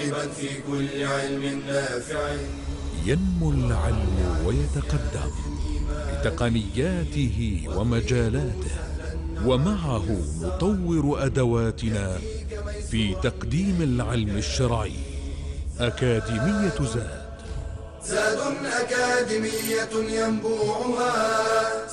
راغبا في كل علم نافع. ينمو العلم ويتقدم بتقنياته ومجالاته، ومعه نطور أدواتنا في تقديم العلم الشرعي. أكاديمية زاد، زاد أكاديمية ينبوعها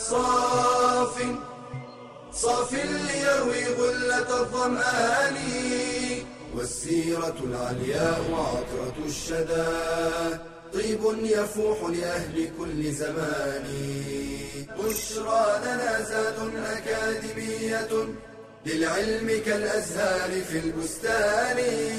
صاف ليروي غلة الظمآن، والسيرة العلياء عطرة الشدى طيب يفوح لأهل كل زمان. بشرى لنا زاد أكاديمية للعلم كالأزهار في البستان.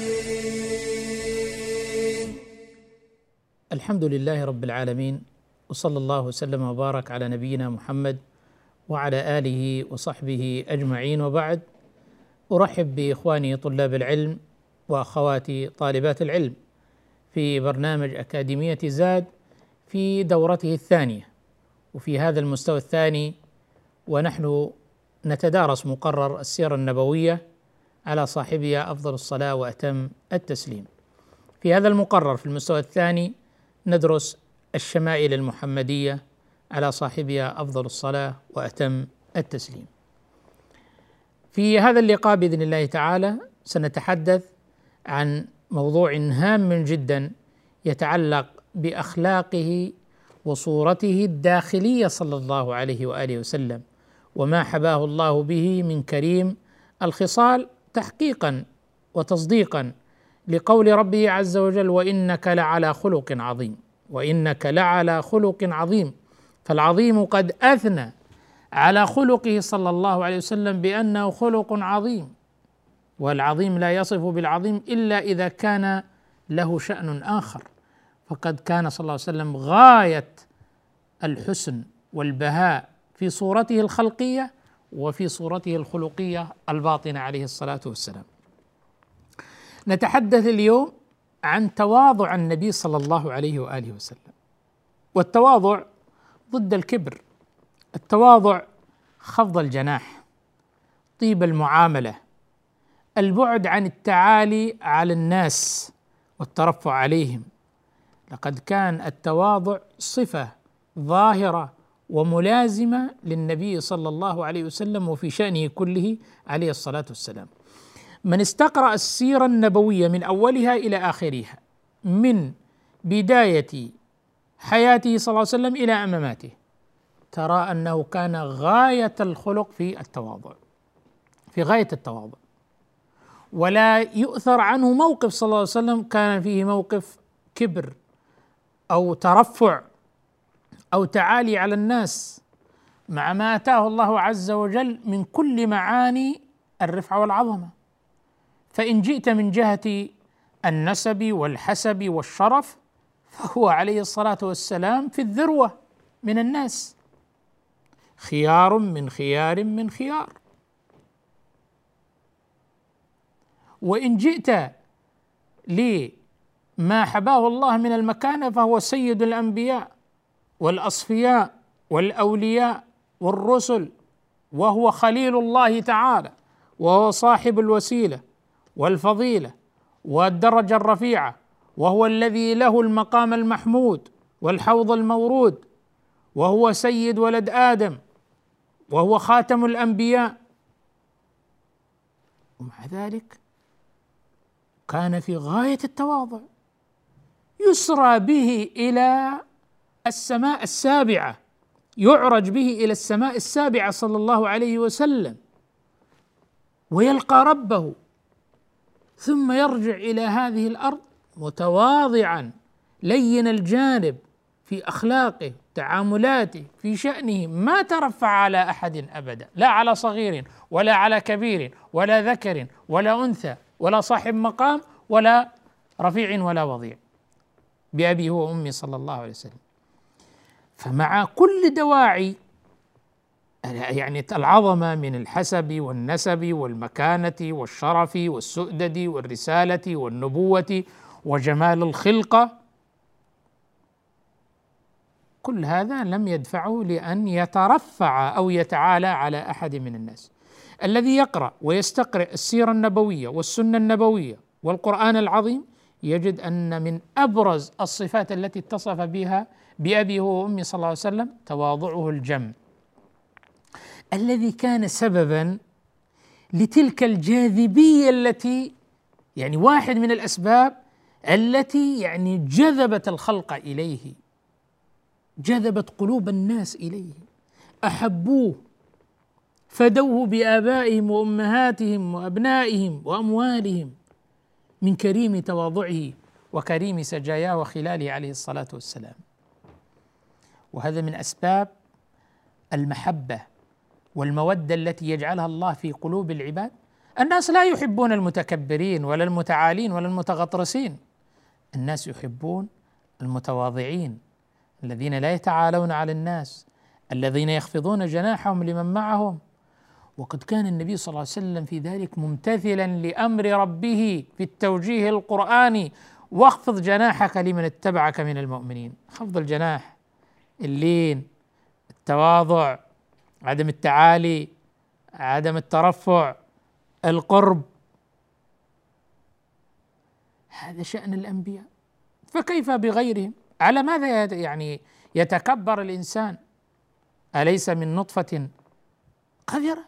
الحمد لله رب العالمين، وصلى الله وسلم وبارك على نبينا محمد وعلى آله وصحبه أجمعين، وبعد. أرحب بإخواني طلاب العلم وأخواتي طالبات العلم في برنامج أكاديمية زاد في دورته الثانية، وفي هذا المستوى الثاني ونحن نتدارس مقرر السيرة النبوية على صاحبها أفضل الصلاة وأتم التسليم. في هذا المقرر في المستوى الثاني ندرس الشمائل المحمدية على صاحبها أفضل الصلاة وأتم التسليم. في هذا اللقاء بإذن الله تعالى سنتحدث عن موضوع هام جدا يتعلق بأخلاقه وصورته الداخلية صلى الله عليه وآله وسلم، وما حباه الله به من كريم الخصال، تحقيقا وتصديقا لقول ربه عز وجل: وإنك لعلى خلق عظيم. وإنك لعلى خلق عظيم، فالعظيم قد أثنى على خلقه صلى الله عليه وسلم بأنه خلق عظيم، والعظيم لا يصف بالعظيم إلا إذا كان له شأن آخر، فقد كان صلى الله عليه وسلم غاية الحسن والبهاء في صورته الخلقية وفي صورته الخلقية الباطنة عليه الصلاة والسلام. نتحدث اليوم عن تواضع النبي صلى الله عليه وآله وسلم، والتواضع ضد الكبر. التواضع خفض الجناح، طيب المعاملة، البعد عن التعالي على الناس والترفع عليهم. لقد كان التواضع صفة ظاهرة وملازمة للنبي صلى الله عليه وسلم وفي شأنه كله عليه الصلاة والسلام. من استقرأ السيرة النبوية من أولها إلى آخرها، من بداية حياته صلى الله عليه وسلم إلى أماماته، ترى أنه كان غاية الخلق في التواضع، في غاية التواضع، ولا يؤثر عنه موقف صلى الله عليه وسلم كان فيه موقف كبر أو ترفع أو تعالي على الناس، مع ما آتاه الله عز وجل من كل معاني الرفعة والعظمة. فإن جئت من جهة النسب والحسب والشرف، فهو عليه الصلاة والسلام في الذروة من الناس، خيار من خيار من خيار. وإن جئت لما حباه الله من المكانة، فهو سيد الأنبياء والأصفياء والأولياء والرسل، وهو خليل الله تعالى، وهو صاحب الوسيلة والفضيلة والدرجة الرفيعة، وهو الذي له المقام المحمود والحوض المورود، وهو سيد ولد آدم، وهو خاتم الأنبياء. ومع ذلك كان في غاية التواضع، يسرى به إلى السماء السابعة، يعرج به إلى السماء السابعة صلى الله عليه وسلم، ويلقى ربه، ثم يرجع إلى هذه الأرض متواضعا لين الجانب في أخلاقه، تعاملاته، في شأنه، ما ترفع على أحد أبدا، لا على صغير ولا على كبير ولا ذكر ولا أنثى ولا صاحب مقام ولا رفيع ولا وضيع، بأبي هو أمي صلى الله عليه وسلم. فمع كل دواعي يعني العظمة من الحسب والنسب والمكانة والشرف والسؤدد والرسالة والنبوة وجمال الخلقة، كل هذا لم يدفعه لأن يترفع أو يتعالى على أحد من الناس. الذي يقرأ ويستقرئ السيرة النبوية والسنة النبوية والقرآن العظيم يجد أن من أبرز الصفات التي اتصف بها بأبي هو وأمي صلى الله عليه وسلم تواضعه الجم، الذي كان سببا لتلك الجاذبية التي يعني واحد من الأسباب التي يعني جذبت الخلق إليه، جذبت قلوب الناس إليه، أحبوه، فدوه بآبائهم وأمهاتهم وأبنائهم وأموالهم من كريم تواضعه وكريم سجاياه وخلاله عليه الصلاة والسلام. وهذا من أسباب المحبة والمودة التي يجعلها الله في قلوب العباد. الناس لا يحبون المتكبرين ولا المتعالين ولا المتغطرسين، الناس يحبون المتواضعين الذين لا يتعالون على الناس، الذين يخفضون جناحهم لمن معهم. وقد كان النبي صلى الله عليه وسلم في ذلك ممتثلا لأمر ربه في التوجيه القرآني: واخفض جناحك لمن اتبعك من المؤمنين. خفض الجناح، اللين، التواضع، عدم التعالي، عدم الترفع، القرب، هذا شأن الأنبياء، فكيف بغيرهم؟ على ماذا يعني يتكبر الإنسان؟ أليس من نطفة قذرة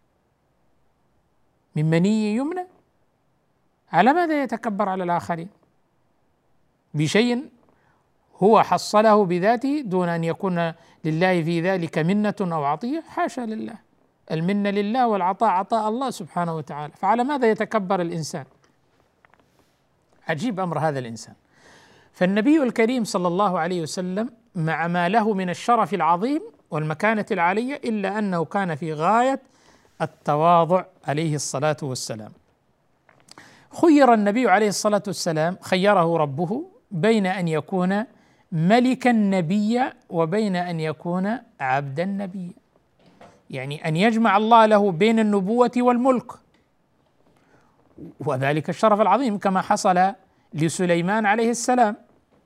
من مني يمنى؟ على ماذا يتكبر على الآخرين بشيء هو حصله بذاته دون أن يكون لله في ذلك منة أو عطية؟ حاشا لله، المنة لله والعطاء عطاء الله سبحانه وتعالى، فعلى ماذا يتكبر الإنسان؟ عجيب أمر هذا الإنسان. فالنبي الكريم صلى الله عليه وسلم مع ما له من الشرف العظيم والمكانة العالية إلا أنه كان في غاية التواضع عليه الصلاة والسلام. خير النبي عليه الصلاة والسلام، خيره ربه بين أن يكون ملكا نبيا وبين أن يكون عبدا نبيا، يعني أن يجمع الله له بين النبوة والملك، وذلك الشرف العظيم كما حصل لسليمان عليه السلام،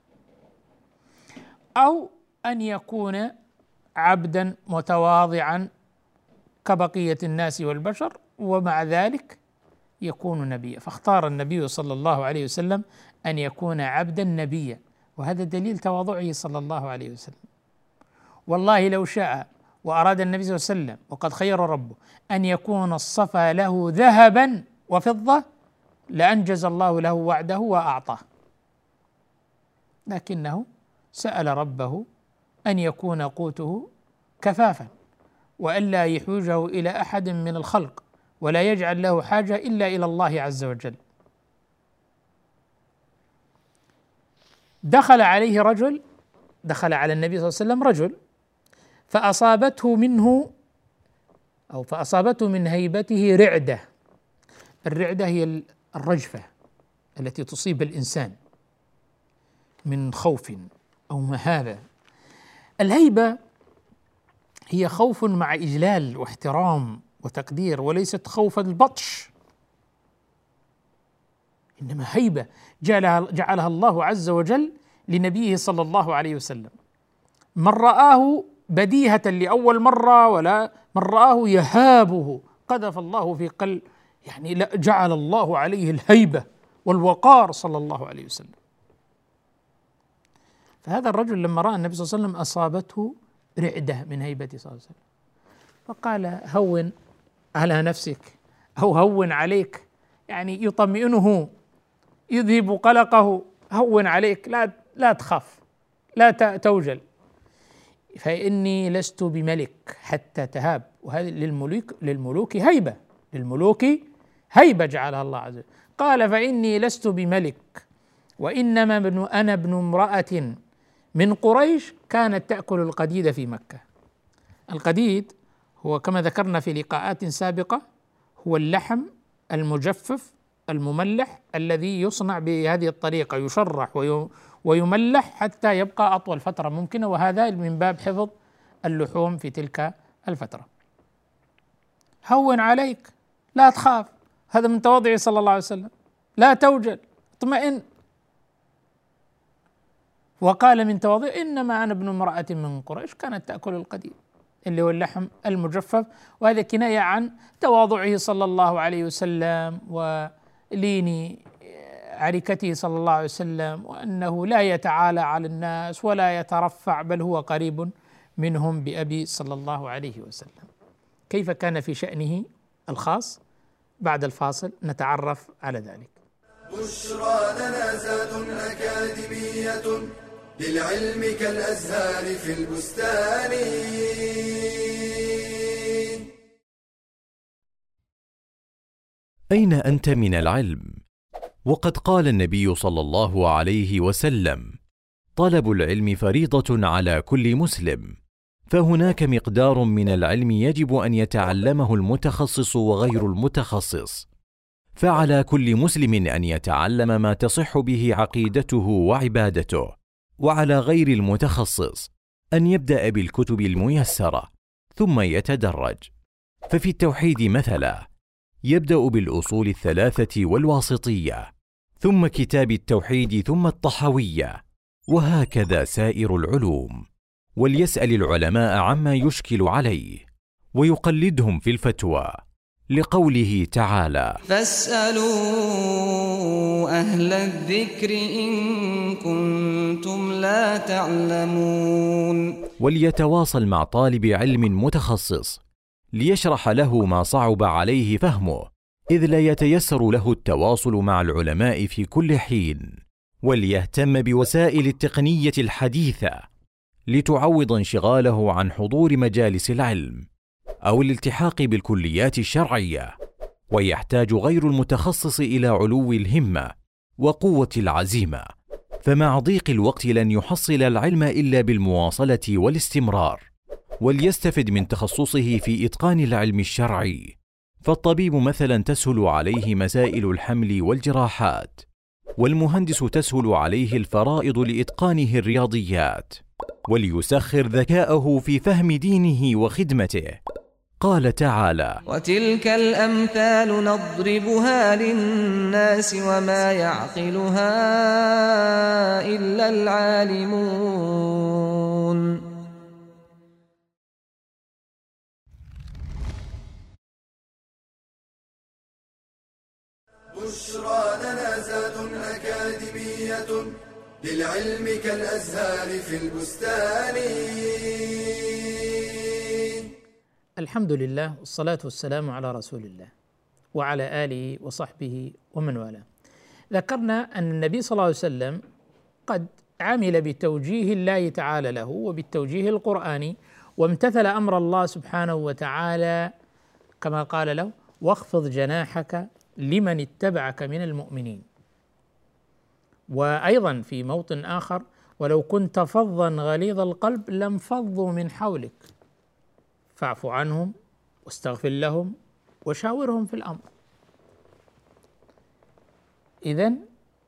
أو أن يكون عبدا متواضعا كبقية الناس والبشر ومع ذلك يكون نبيا. فاختار النبي صلى الله عليه وسلم أن يكون عبدا نبيا، وهذا دليل تواضعه صلى الله عليه وسلم. والله لو شاء وأراد النبي صلى الله عليه وسلم وقد خير ربه أن يكون الصفا له ذهبا وفضة لأنجز الله له وعده وأعطاه، لكنه سأل ربه أن يكون قوته كفافا وألا يحوجه إلى أحد من الخلق ولا يجعل له حاجة إلا إلى الله عز وجل. دخل عليه رجل، دخل على النبي صلى الله عليه وسلم رجل فأصابته من هيبته رعدة. الرعدة هي الرجفة التي تصيب الإنسان من خوف أو مهابة. الهيبة هي خوف مع إجلال واحترام وتقدير، وليست خوف البطش، إنما هيبة جعلها الله عز وجل لنبيه صلى الله عليه وسلم. من رآه بديهة لأول مرة ولا من رآه يهابه قذف الله في قلب، يعني لا، جعل الله عليه الهيبة والوقار صلى الله عليه وسلم. فهذا الرجل لما رأى النبي صلى الله عليه وسلم أصابته رعدة من هيبته صلى الله عليه وسلم، فقال: هون على نفسك أو هون عليك، يعني يطمئنه، يذهب قلقه، هون عليك، لا تخاف، لا توجل، فإني لست بملك حتى تهاب. وهذه للملوك هيبة، للملوك هيبة جعلها الله عز وجل. قال: فإني لست بملك وإنما أنا ابن امرأة من قريش كانت تأكل القديد في مكة. القديد هو كما ذكرنا في لقاءات سابقة هو اللحم المجفف المملح الذي يصنع بهذه الطريقة، يشرح ويملح حتى يبقى أطول فترة ممكنة، وهذا من باب حفظ اللحوم في تلك الفترة. هون عليك، لا تخاف، هذا من تواضعه صلى الله عليه وسلم، لا توجل، اطمئن. وقال من تواضعه: إنما أنا ابن امرأة من قريش كانت تأكل القديد، اللي هو اللحم المجفف، وهذا كناية عن تواضعه صلى الله عليه وسلم ولين عركته صلى الله عليه وسلم، وأنه لا يتعالى على الناس ولا يترفع، بل هو قريب منهم بأبي صلى الله عليه وسلم. كيف كان في شأنه الخاص؟ بعد الفاصل نتعرف على ذلك. بشرى لنا زاد أكاديمية للعلم كالأزهار في البستان. أين أنت من العلم؟ وقد قال النبي صلى الله عليه وسلم: طلب العلم فريضة على كل مسلم، فهناك مقدار من العلم يجب أن يتعلمه المتخصص وغير المتخصص، فعلى كل مسلم أن يتعلم ما تصح به عقيدته وعبادته، وعلى غير المتخصص أن يبدأ بالكتب الميسرة ثم يتدرج. ففي التوحيد مثلا يبدأ بالأصول الثلاثة والواسطية، ثم كتاب التوحيد، ثم الطحاوية، وهكذا سائر العلوم. وليسأل العلماء عما يشكل عليه ويقلدهم في الفتوى، لقوله تعالى: فاسألوا أهل الذكر إن كنتم لا تعلمون. وليتواصل مع طالب علم متخصص ليشرح له ما صعب عليه فهمه، إذ لا يتيسر له التواصل مع العلماء في كل حين. وليهتم بوسائل التقنية الحديثة لتعوض انشغاله عن حضور مجالس العلم أو الالتحاق بالكليات الشرعية. ويحتاج غير المتخصص إلى علو الهمة وقوة العزيمة، فمع ضيق الوقت لن يحصل العلم إلا بالمواصلة والاستمرار. وليستفد من تخصصه في إتقان العلم الشرعي، فالطبيب مثلا تسهل عليه مسائل الحمل والجراحات، والمهندس تسهل عليه الفرائض لإتقانه الرياضيات. وليسخر ذكاءه في فهم دينه وخدمته. قال تعالى: وتلك الأمثال نضربها للناس وما يعقلها إلا العالمون. بشرى لنا زاد أكاديمية للعلم كالأزهار في البستان. الحمد لله، والصلاة والسلام على رسول الله وعلى آله وصحبه ومن والاه. ذكرنا أن النبي صلى الله عليه وسلم قد عمل بتوجيه الله تعالى له وبالتوجيه القرآني، وامتثل أمر الله سبحانه وتعالى كما قال له: واخفض جناحك لمن اتبعك من المؤمنين. وأيضا في موطن آخر: ولو كنت فظا غليظ القلب لانفضوا من حولك فاعف عنهم واستغفر لهم وشاورهم في الأمر. إذن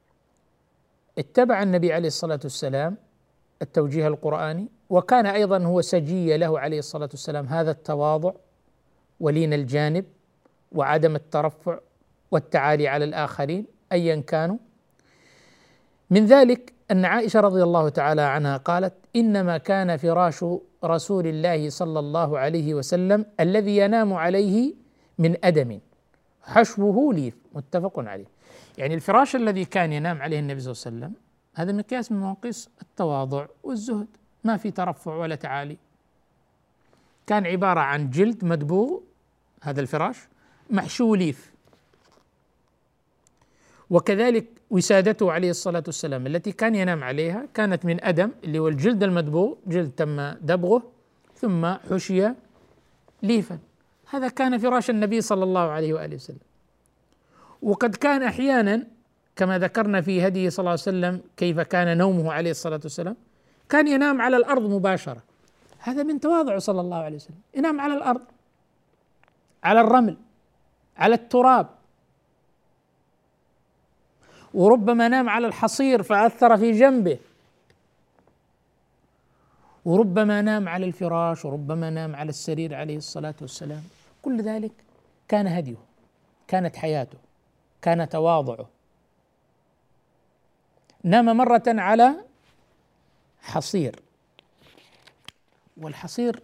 اتبع النبي عليه الصلاة والسلام التوجيه القرآني، وكان أيضا هو سجية له عليه الصلاة والسلام هذا التواضع ولين الجانب وعدم الترفع والتعالي على الآخرين أيا كانوا. من ذلك أن عائشة رضي الله تعالى عنها قالت: إنما كان فراش رسول الله صلى الله عليه وسلم الذي ينام عليه من أدم حشوه ليف. متفق عليه. يعني الفراش الذي كان ينام عليه النبي صلى الله عليه وسلم هذا مقياس من مقاييس التواضع والزهد، ما في ترفع ولا تعالي. كان عبارة عن جلد مدبوغ، هذا الفراش محشو ليف. وكذلك وسادته عليه الصلاة والسلام التي كان ينام عليها كانت من أدم، اللي هو الجلد المدبوغ، جلد تم دبغه ثم حشي ليفا. هذا كان فراش النبي صلى الله عليه وآله وسلم. وقد كان أحيانا كما ذكرنا في هديه صلى الله عليه وسلم كيف كان نومه عليه الصلاة والسلام، كان ينام على الأرض مباشرة. هذا من تواضعه صلى الله عليه وسلم، ينام على الأرض، على الرمل، على التراب. وربما نام على الحصير فأثر في جنبه، وربما نام على الفراش، وربما نام على السرير عليه الصلاة والسلام. كل ذلك كان هديه، كانت حياته، كان تواضعه. نام مرة على حصير، والحصير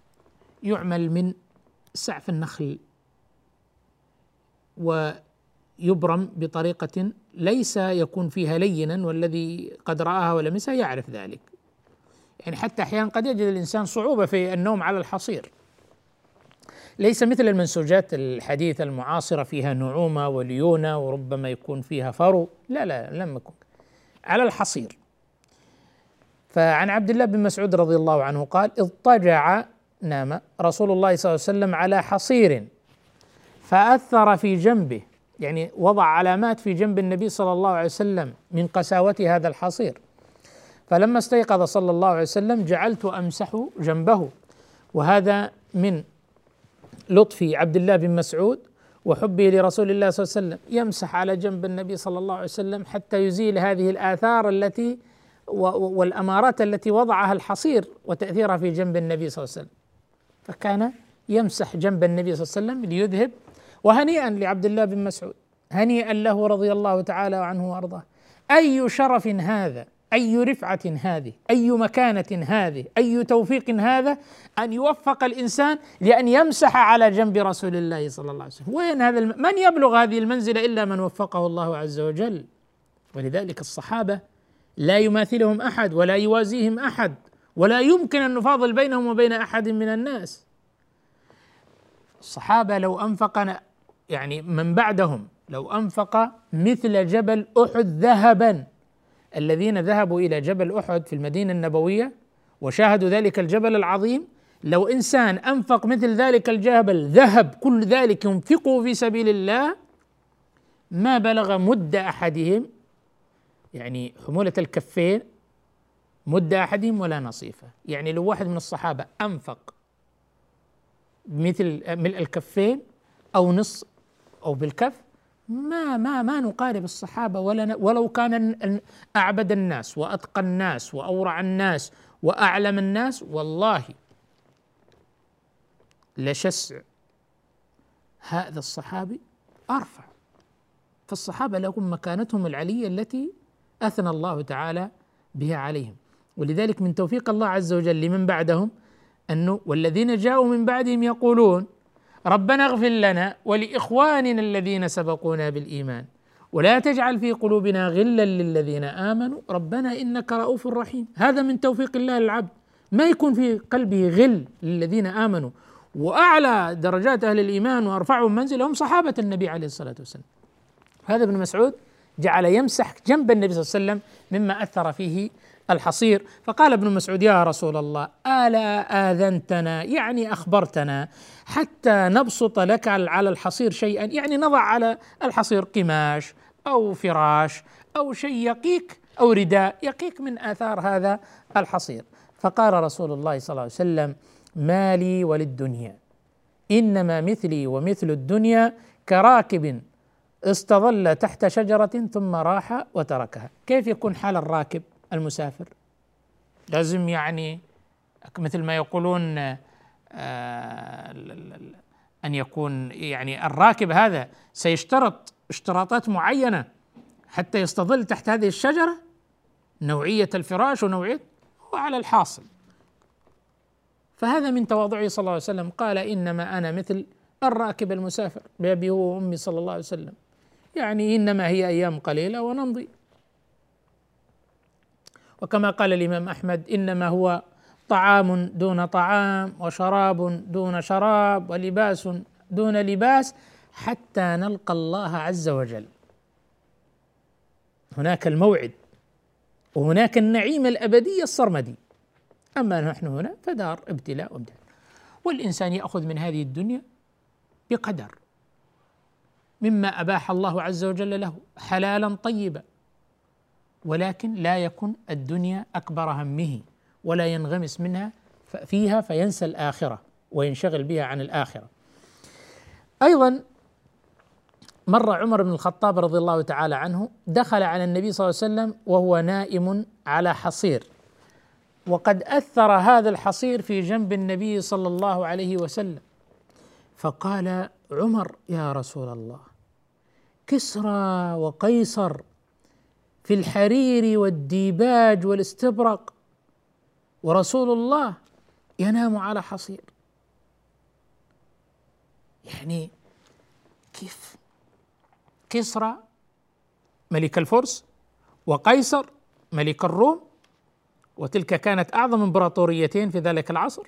يعمل من سعف النخل يبرم بطريقة ليس يكون فيها لينا، والذي قد رآها ولمسها يعرف ذلك. يعني حتى أحيانا قد يجد الإنسان صعوبة في النوم على الحصير، ليس مثل المنسوجات الحديثة المعاصرة فيها نعومة وليونة وربما يكون فيها فرو، لا لم يكن على الحصير. فعن عبد الله بن مسعود رضي الله عنه قال: اضطجع، نام رسول الله صلى الله عليه وسلم على حصير فأثر في جنبه، يعني وضع علامات في جنب النبي صلى الله عليه وسلم من قساوة هذا الحصير. فلما استيقظ صلى الله عليه وسلم جعلت أمسح جنبه. وهذا من لطف عبد الله بن مسعود وحبه لرسول الله صلى الله عليه وسلم، يمسح على جنب النبي صلى الله عليه وسلم حتى يزيل هذه الآثار التي والأمارات التي وضعها الحصير وتأثيرها في جنب النبي صلى الله عليه وسلم. فكان يمسح جنب النبي صلى الله عليه وسلم ليذهب. وهنيئا لعبد الله بن مسعود، هنيئا له رضي الله تعالى عنه وأرضاه. أي شرف هذا، أي رفعة هذه، أي مكانة هذه، أي توفيق هذا، أن يوفق الإنسان لأن يمسح على جنب رسول الله صلى الله عليه وسلم. وين هذا من يبلغ هذه المنزلة إلا من وفقه الله عز وجل. ولذلك الصحابة لا يماثلهم أحد ولا يوازيهم أحد، ولا يمكن أن نفاضل بينهم وبين أحد من الناس. الصحابة لو أنفق، يعني من بعدهم، لو أنفق مثل جبل أحد ذهبا، الذين ذهبوا إلى جبل أحد في المدينة النبوية وشاهدوا ذلك الجبل العظيم، لو إنسان أنفق مثل ذلك الجبل ذهب كل ذلك ينفقه في سبيل الله ما بلغ مد أحدهم، يعني حمولة الكفين، مد أحدهم ولا نصيفه. يعني لو واحد من الصحابة أنفق مثل ملء الكفين أو نص أو بالكف ما نقارب الصحابة ولو كان أعبد الناس وأتقى الناس وأورع الناس وأعلم الناس، والله لشسع هذا الصحابي أرفع. فالصحابة لهم مكانتهم العلية التي أثنى الله تعالى بها عليهم. ولذلك من توفيق الله عز وجل لمن بعدهم أنه والذين جاءوا من بعدهم يقولون ربنا اغفر لنا ولإخواننا الذين سبقونا بالإيمان ولا تجعل في قلوبنا غلا للذين آمنوا ربنا إنك رؤوف رحيم. هذا من توفيق الله للعبد، ما يكون في قلبه غل للذين آمنوا. وأعلى درجات أهل الإيمان وأرفعهم منزلة هم صحابة النبي عليه الصلاة والسلام. هذا ابن مسعود جعل يمسح جنب النبي صلى الله عليه وسلم مما أثر فيه الحصير. فقال ابن مسعود: يا رسول الله ألا آذنتنا، يعني أخبرتنا، حتى نبسط لك على الحصير شيئا، يعني نضع على الحصير قماش أو فراش أو شيء يقيك أو رداء يقيك من آثار هذا الحصير. فقال رسول الله صلى الله عليه وسلم: ما لي وللدنيا، إنما مثلي ومثل الدنيا كراكب استظل تحت شجرة ثم راح وتركها. كيف يكون حال الراكب المسافر؟ لازم يعني مثل ما يقولون أن يكون يعني الراكب هذا سيشترط اشتراطات معينة حتى يستظل تحت هذه الشجرة، نوعية الفراش ونوعية، وعلى الحاصل. فهذا من تواضعه صلى الله عليه وسلم، قال: إنما أنا مثل الراكب المسافر بأبي هو وأمي صلى الله عليه وسلم، يعني إنما هي أيام قليلة ونمضي. وكما قال الإمام أحمد: إنما هو طعام دون طعام وشراب دون شراب ولباس دون لباس حتى نلقى الله عز وجل. هناك الموعد وهناك النعيم الأبدي السرمدي، أما نحن هنا فدار ابتلاء وامتحان. والإنسان يأخذ من هذه الدنيا بقدر مما أباح الله عز وجل له حلالا طيبا، ولكن لا يكن الدنيا أكبر همه ولا ينغمس منها فيها فينسى الآخرة وينشغل بها عن الآخرة. أيضا مر عمر بن الخطاب رضي الله تعالى عنه، دخل على النبي صلى الله عليه وسلم وهو نائم على حصير، وقد أثر هذا الحصير في جنب النبي صلى الله عليه وسلم. فقال عمر: يا رسول الله، كسرى وقيصر في الحرير والديباج والاستبرق، ورسول الله ينام على حصير. يعني كسرى ملك الفرس وقيصر ملك الروم، وتلك كانت أعظم إمبراطوريتين في ذلك العصر،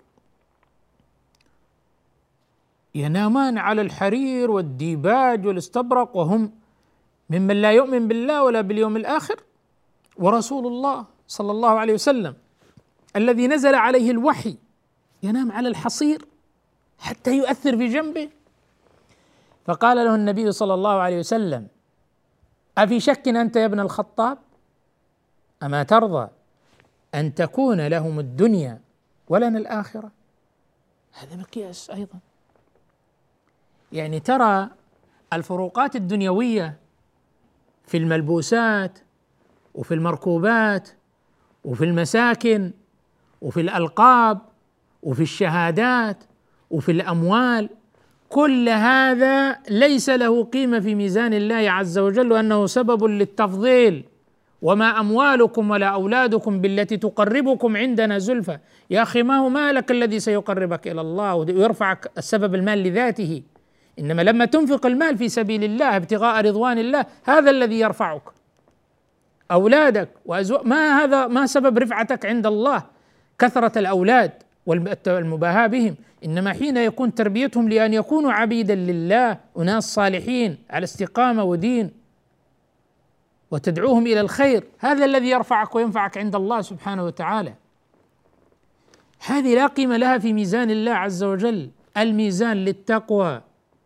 ينامان على الحرير والديباج والاستبرق وهم ممن لا يؤمن بالله ولا باليوم الآخر، ورسول الله صلى الله عليه وسلم الذي نزل عليه الوحي ينام على الحصير حتى يؤثر في جنبه. فقال له النبي صلى الله عليه وسلم: أفي شك أنت يا ابن الخطاب؟ أما ترضى أن تكون لهم الدنيا ولنا الآخرة؟ هذا مقياس أيضا. يعني ترى الفروقات الدنيوية في الملبوسات وفي المركوبات وفي المساكن وفي الألقاب وفي الشهادات وفي الأموال، كل هذا ليس له قيمة في ميزان الله عز وجل، وأنه سبب للتفضيل. وما أموالكم ولا أولادكم بالتي تقربكم عندنا زلفى. يا أخي، ما هو مالك الذي سيقربك إلى الله ويرفعك السبب المال لذاته، إنما لما تنفق المال في سبيل الله ابتغاء رضوان الله هذا الذي يرفعك. أولادك ما سبب رفعتك عند الله كثرة الأولاد والمباهاة بهم، إنما حين يكون تربيتهم لأن يكونوا عبيدا لله، أناس صالحين على استقامة ودين، وتدعوهم إلى الخير، هذا الذي يرفعك وينفعك عند الله سبحانه وتعالى. هذه لا قيمة لها في ميزان الله عز وجل. الميزان للتقوى.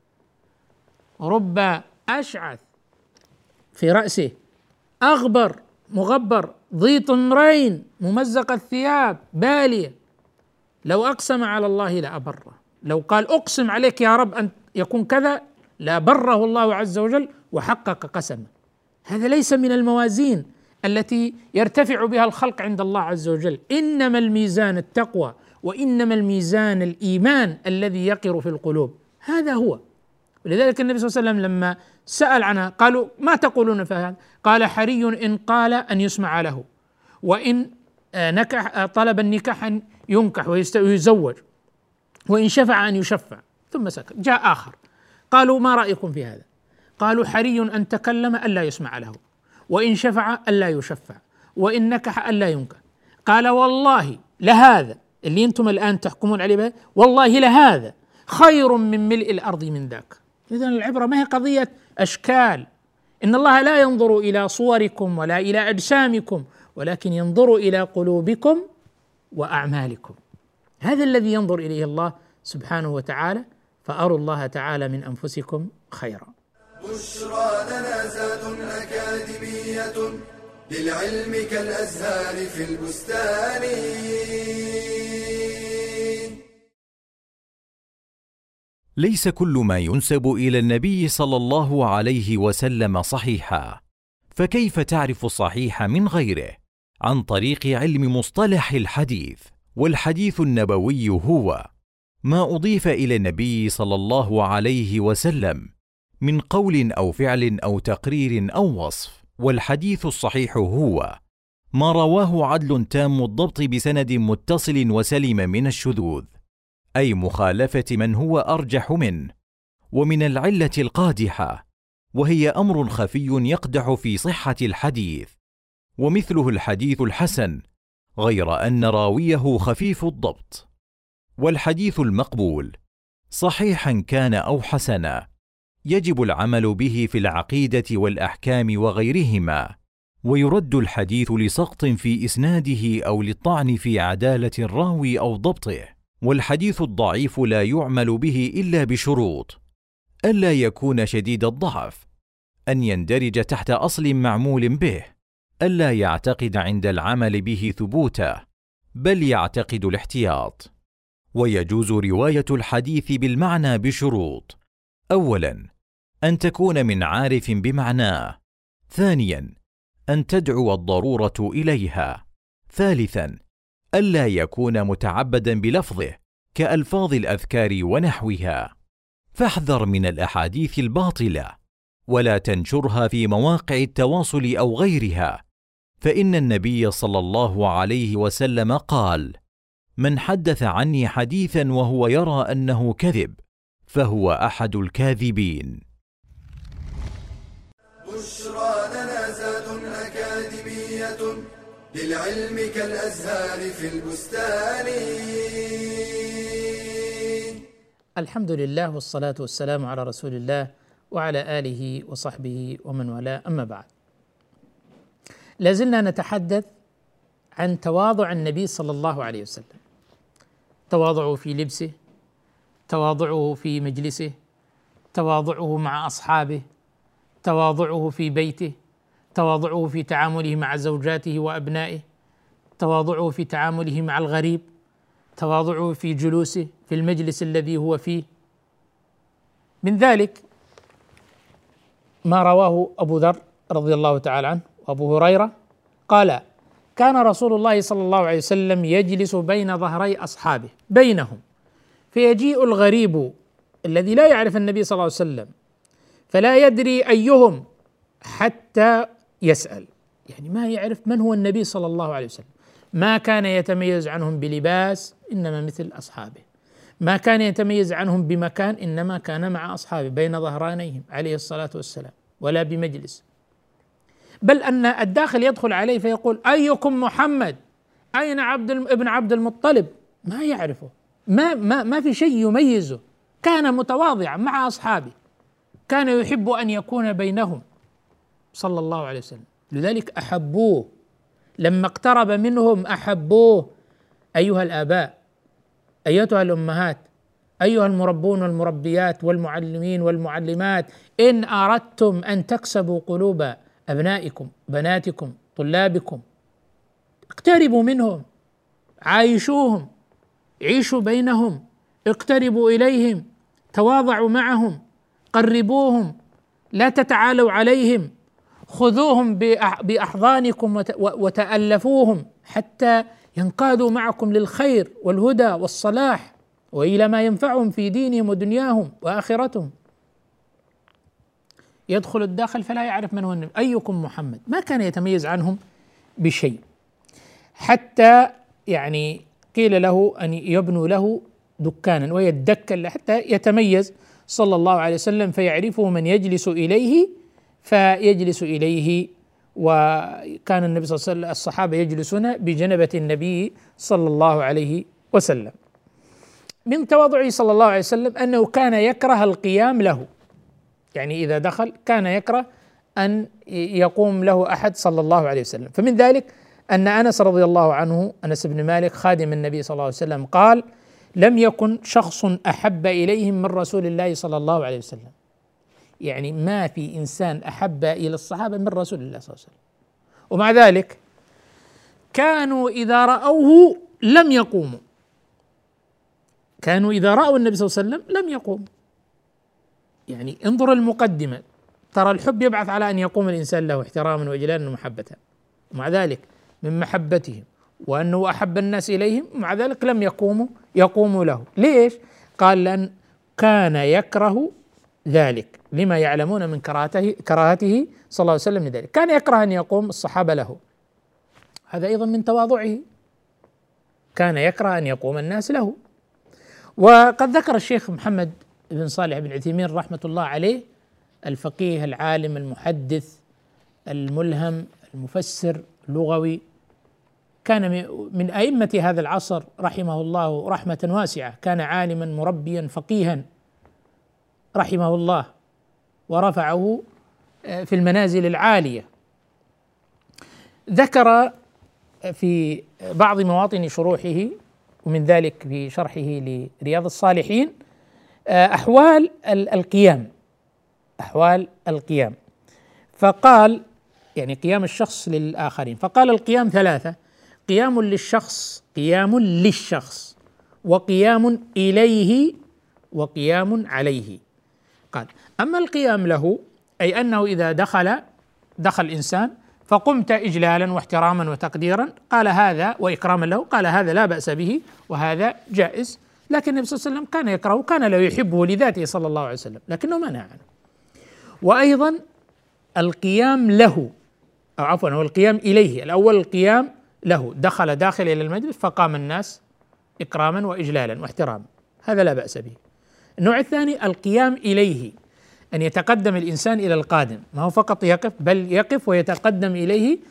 رب أشعث في رأسه أغبر مغبر ضي طمرين ممزق الثياب بالية، لو أقسم على الله لأبره. لو قال أقسم عليك يا رب أن يكون كذا لبره الله عز وجل وحقق قسمه. هذا ليس من الموازين التي يرتفع بها الخلق عند الله عز وجل. إنما الميزان التقوى، وإنما الميزان الإيمان الذي يقر في القلوب، هذا هو. ولذلك النبي صلى الله عليه وسلم لما سأل عنها قالوا: ما تقولون في هذا؟ قال: حري إن قال أن يسمع له، وإن نكح طلب النكاح أن ينكح ويزوج، وإن شفع أن يشفع. ثم سكت. جاء آخر قالوا: ما رأيكم في هذا؟ قالوا: حري أن تكلم ألا يسمع له، وإن شفع ألا يشفع، وإن نكح ألا ينكح. قال: والله لهذا اللي أنتم الآن تحكمون عليه به، والله لهذا خير من ملء الأرض من ذاك. إذن العبرة ما هي قضية أشكال. إن الله لا ينظر إلى صوركم ولا إلى أجسامكم، ولكن ينظر إلى قلوبكم وأعمالكم. هذا الذي ينظر إليه الله سبحانه وتعالى. فأروا الله تعالى من أنفسكم خيرا. بشرى لنا زاد أكاديمية للعلم كالأزهار في البستان. ليس كل ما ينسب إلى النبي صلى الله عليه وسلم صحيحا، فكيف تعرف الصحيح من غيره؟ عن طريق علم مصطلح الحديث. والحديث النبوي هو ما أضيف إلى النبي صلى الله عليه وسلم من قول أو فعل أو تقرير أو وصف. والحديث الصحيح هو ما رواه عدل تام الضبط بسند متصل وسلم من الشذوذ، أي مخالفة من هو أرجح منه، ومن العلة القادحة، وهي أمر خفي يقدح في صحة الحديث. ومثله الحديث الحسن، غير أن راويه خفيف الضبط. والحديث المقبول صحيحا كان أو حسنا يجب العمل به في العقيدة والأحكام وغيرهما، ويرد الحديث لسقط في إسناده أو للطعن في عدالة الراوي أو ضبطه. والحديث الضعيف لا يعمل به إلا بشروط: ألا يكون شديد الضعف، أن يندرج تحت أصل معمول به، ألا يعتقد عند العمل به ثبوتا، بل يعتقد الاحتياط. ويجوز رواية الحديث بالمعنى بشروط: أولا أن تكون من عارف بمعناه، ثانيا أن تدعو الضرورة إليها، ثالثا ألا يكون متعبدا بلفظه كألفاظ الأذكار ونحوها. فاحذر من الأحاديث الباطلة، ولا تنشرها في مواقع التواصل أو غيرها، فإن النبي صلى الله عليه وسلم قال: من حدث عني حديثا وهو يرى أنه كذب فهو أحد الكاذبين. أكاديمية للعلم كالأزهار في البستان. الحمد لله والصلاة والسلام على رسول الله وعلى آله وصحبه ومن والاه، أما بعد. لازلنا نتحدث عن تواضع النبي صلى الله عليه وسلم، تواضعه في لبسه، تواضعه في مجلسه، تواضعه مع أصحابه، تواضعه في بيته، تواضعه في تعامله مع زوجاته وأبنائه، تواضعه في تعامله مع الغريب، تواضعه في جلوسه في المجلس الذي هو فيه. من ذلك ما رواه أبو ذر رضي الله تعالى عنه وأبو هريرة قال: كان رسول الله صلى الله عليه وسلم يجلس بين ظهري أصحابه بينهم، فيجيء الغريب الذي لا يعرف النبي صلى الله عليه وسلم فلا يدري أيهم حتى يسأل، يعني ما يعرف من هو النبي صلى الله عليه وسلم. ما كان يتميز عنهم بلباس، إنما مثل أصحابه. ما كان يتميز عنهم بمكان، إنما كان مع أصحابه بين ظهرانيهم عليه الصلاة والسلام، ولا بمجلس. بل أن الداخل يدخل عليه فيقول: أيكم محمد؟ أين ابن عبد المطلب؟ ما يعرفه، ما في شيء يميزه. كان متواضعا مع أصحابه، كان يحب أن يكون بينهم صلى الله عليه وسلم، لذلك أحبوه. لما اقترب منهم أحبوه. أيها الآباء، أيتها الأمهات، أيها المربون والمربيات والمعلمين والمعلمات، إن أردتم أن تكسبوا قلوب أبنائكم، بناتكم، طلابكم، اقتربوا منهم، عايشوهم، عيشوا بينهم، اقتربوا إليهم، تواضعوا معهم، قربوهم، لا تتعالوا عليهم، خذوهم بأحضانكم وتألفوهم حتى ينقادوا معكم للخير والهدى والصلاح وإلى ما ينفعهم في دينهم ودنياهم وآخرتهم. يدخل الداخل فلا يعرف من هو النبي. أيكم محمد؟ ما كان يتميز عنهم بشيء، حتى يعني قيل له أن يبنوا له دكانا ويدكن حتى يتميز صلى الله عليه وسلم، فيعرفه من يجلس إليه فيجلس إليه. وكان النبي صلى الله عليه وسلم الصحابة يجلسون بجنبة النبي صلى الله عليه وسلم. من تواضعه صلى الله عليه وسلم أنه كان يكره القيام له، يعني إذا دخل كان يكره أن يقوم له أحد صلى الله عليه وسلم. فمن ذلك أن أنس رضي الله عنه، أنس بن مالك خادم النبي صلى الله عليه وسلم، قال: لم يكن شخص أحب إليهم من رسول الله صلى الله عليه وسلم. يعني ما في إنسان أحب إلى الصحابة من رسول الله صلى الله عليه وسلم، ومع ذلك كانوا إذا رأوه لم يقوموا، كانوا إذا رأوا النبي صلى الله عليه وسلم لم يقوموا. يعني انظر المقدمة، ترى الحب يبعث على أن يقوم الإنسان له احتراما وإجلالا ومحبة، ومع ذلك من محبتهم وأنه أحب الناس إليهم مع ذلك لم يقوموا له. ليش؟ قال: لأن كان يكره ذلك لما يعلمون من كراهته صلى الله عليه وسلم لذلك. كان يكره أن يقوم الصحابة له، هذا أيضا من تواضعه، كان يكره أن يقوم الناس له. وقد ذكر الشيخ محمد بن صالح بن عثيمين رحمة الله عليه، الفقيه العالم المحدث الملهم المفسر اللغوي، كان من أئمة هذا العصر رحمه الله رحمة واسعة، كان عالما مربيا فقيها رحمه الله، ورفعه في المنازل العالية. ذكر في بعض مواطن شروحه، ومن ذلك في شرحه لرياض الصالحين، أحوال القيام، فقال يعني قيام الشخص للآخرين، فقال: القيام ثلاثة: قيام للشخص، وقيام إليه، وقيام عليه. قال: أما القيام له أي أنه إذا دخل إنسان فقمت إجلالا واحتراما وتقديرا، قال هذا، وإكراما له، قال هذا لا بأس به وهذا جائز. لكن النبي صلى الله عليه وسلم كان يكرهه، كان لا يحبه لذاته صلى الله عليه وسلم، لكنه ما نهى عنه. وأيضا القيام له، أو عفوا هو القيام إليه. الأول القيام له، داخل إلى المجلس فقام الناس إكراما وإجلالا واحتراما، هذا لا بأس به. النوع الثاني القيام إليه، أن يتقدم الإنسان إلى القادم، ما هو فقط يقف، بل يقف ويتقدم إليه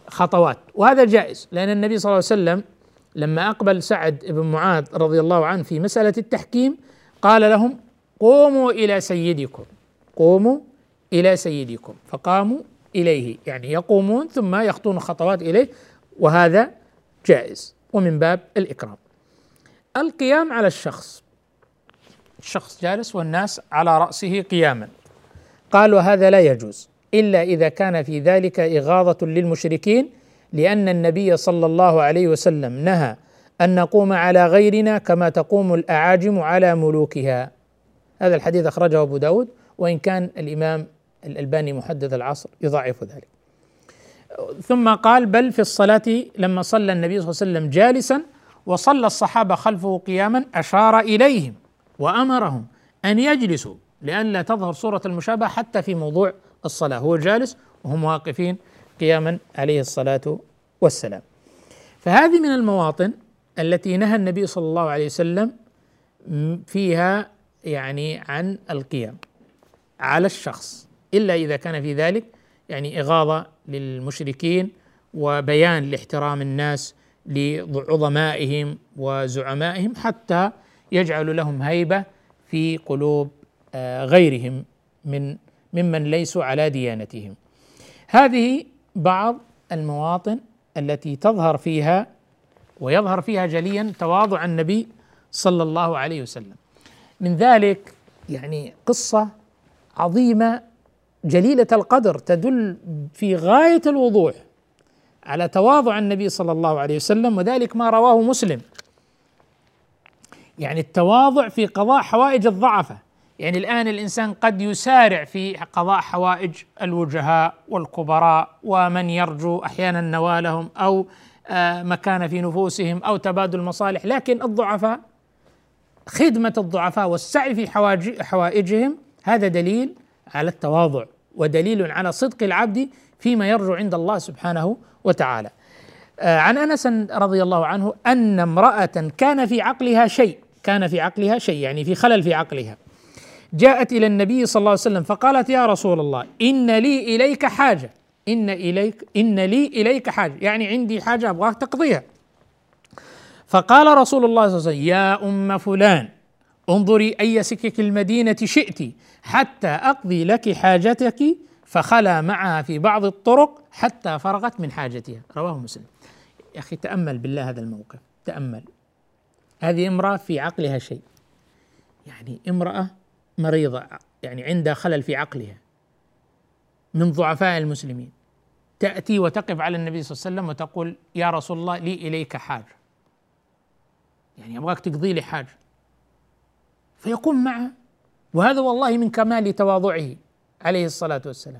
خطوات، وهذا جائز، لأن النبي صلى الله عليه وسلم لما أقبل سعد بن معاذ رضي الله عنه في مسألة التحكيم قال لهم: قوموا إلى سيدكم، قوموا إلى سيدكم، فقاموا إليه، يعني يقومون ثم يخطون خطوات إليه، وهذا جائز ومن باب الإكرام. القيام على الشخص جالس والناس على رأسه قياما، قال: وهذا لا يجوز إلا إذا كان في ذلك إغاظة للمشركين، لأن النبي صلى الله عليه وسلم نهى أن نقوم على غيرنا كما تقوم الأعاجم على ملوكها. هذا الحديث أخرجه أبو داود، وإن كان الإمام الألباني محدث العصر يضعف ذلك. ثم قال: بل في الصلاة لما صلى النبي صلى الله عليه وسلم جالسا وصلى الصحابة خلفه قياما أشار إليهم وأمرهم أن يجلسوا لئلا تظهر صورة المشابهة حتى في موضوع الصلاة، هو جالس وهم واقفين قياما عليه الصلاة والسلام. فهذه من المواطن التي نهى النبي صلى الله عليه وسلم فيها يعني عن القيام على الشخص، إلا إذا كان في ذلك يعني إغاظة للمشركين وبيان لاحترام الناس لعظمائهم وزعمائهم حتى يجعل لهم هيبة في قلوب غيرهم ممن ليسوا على ديانتهم. هذه بعض المواطن التي تظهر فيها ويظهر فيها جليا تواضع النبي صلى الله عليه وسلم. من ذلك يعني قصة عظيمة جليلة القدر تدل في غاية الوضوح على تواضع النبي صلى الله عليه وسلم، وذلك ما رواه مسلم، يعني التواضع في قضاء حوائج الضعفاء. يعني الآن الإنسان قد يسارع في قضاء حوائج الوجهاء والكبراء ومن يرجو أحيانا نوالهم أو مكان في نفوسهم أو تبادل مصالح، لكن الضعفاء، خدمة الضعفاء والسعي في حوائجهم هذا دليل على التواضع ودليل على صدق العبد فيما يرجو عند الله سبحانه وتعالى. عن أنس رضي الله عنه أن امرأة كان في عقلها شيء يعني في خلل في عقلها، جاءت إلى النبي صلى الله عليه وسلم فقالت: يا رسول الله إن لي إليك حاجة، إن لي إليك حاجة، يعني عندي حاجة أبغاك تقضيها. فقال رسول الله صلى الله عليه وسلم: يا أم فلان انظري أي سكك المدينة شئت حتى أقضي لك حاجتك، فخلا معها في بعض الطرق حتى فرغت من حاجتها. رواه مسلم. يا أخي تأمل بالله هذا الموقف، تأمل. هذه امرأة في عقلها شيء، يعني امرأة مريضة، يعني عندها خلل في عقلها، من ضعفاء المسلمين، تأتي وتقف على النبي صلى الله عليه وسلم وتقول: يا رسول الله لي إليك حاجة، يعني أبغاك تقضي لي حاجة. فيقوم معها، وهذا والله من كمال تواضعه عليه الصلاة والسلام.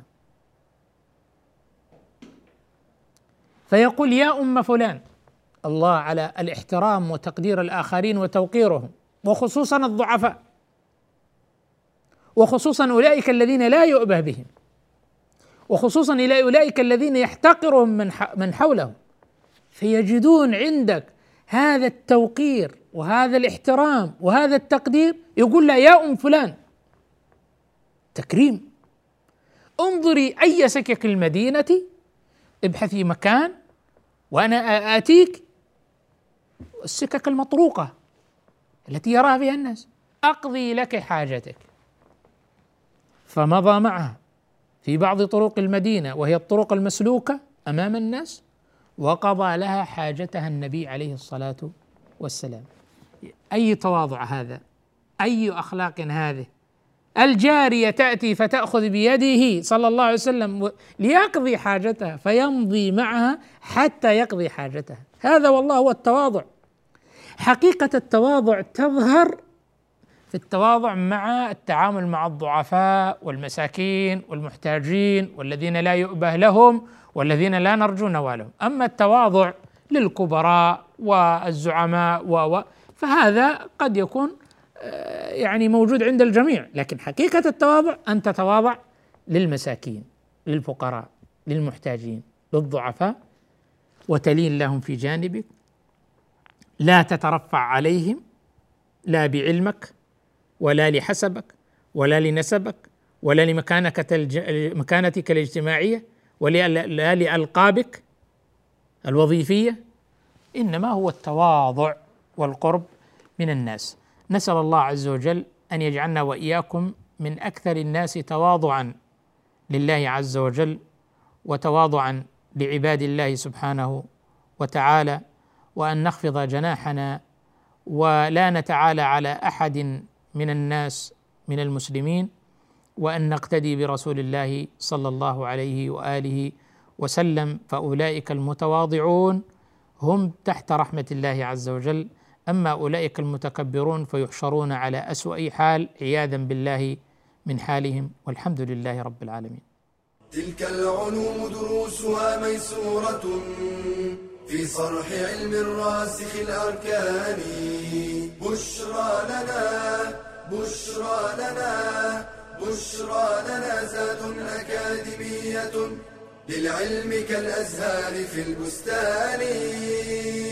فيقول: يا أم فلان، الله على الاحترام وتقدير الآخرين وتوقيرهم، وخصوصا الضعفاء، وخصوصا أولئك الذين لا يؤبه بهم، وخصوصا إلى أولئك الذين يحتقرهم من حولهم، فيجدون عندك هذا التوقير وهذا الاحترام وهذا التقدير، يقول لا يا أم فلان، تكريم. انظري أي سكك المدينة، ابحثي مكان وأنا آتيك، السكك المطروقة التي يراها فيها الناس، أقضي لك حاجتك. فمضى معها في بعض طرق المدينة وهي الطرق المسلوكة أمام الناس، وقضى لها حاجتها النبي عليه الصلاة والسلام. أي تواضع هذا، أي أخلاق هذه. الجارية تأتي فتأخذ بيده صلى الله عليه وسلم ليقضي حاجتها، فيمضي معها حتى يقضي حاجتها. هذا والله هو التواضع. حقيقة التواضع تظهر في التواضع مع التعامل مع الضعفاء والمساكين والمحتاجين والذين لا يؤبه لهم والذين لا نرجو نوالهم. أما التواضع للكبراء والزعماء فهذا قد يكون يعني موجود عند الجميع، لكن حقيقة التواضع أن تتواضع للمساكين، للفقراء، للمحتاجين، للضعفاء، وتلين لهم في جانبك، لا تترفع عليهم، لا بعلمك ولا لحسبك ولا لنسبك ولا لمكانتك الاجتماعية ولا لألقابك، الوظيفية، إنما هو التواضع والقرب من الناس. نسأل الله عز وجل أن يجعلنا وإياكم من أكثر الناس تواضعا لله عز وجل وتواضعا لعباد الله سبحانه وتعالى، وأن نخفض جناحنا ولا نتعالى على أحد من الناس من المسلمين، وأن نقتدي برسول الله صلى الله عليه وآله وسلم، فأولئك المتواضعون هم تحت رحمة الله عز وجل، أما أولئك المتكبرون فيحشرون على أسوأ حال عياذا بالله من حالهم، والحمد لله رب العالمين. تلك العلوم دروسها ميسورة في صرح علم الراسخ الأركان. بشرى لنا بشرى لنا بشرى لنا زاد أكاديمية للعلم كالأزهار في البستان.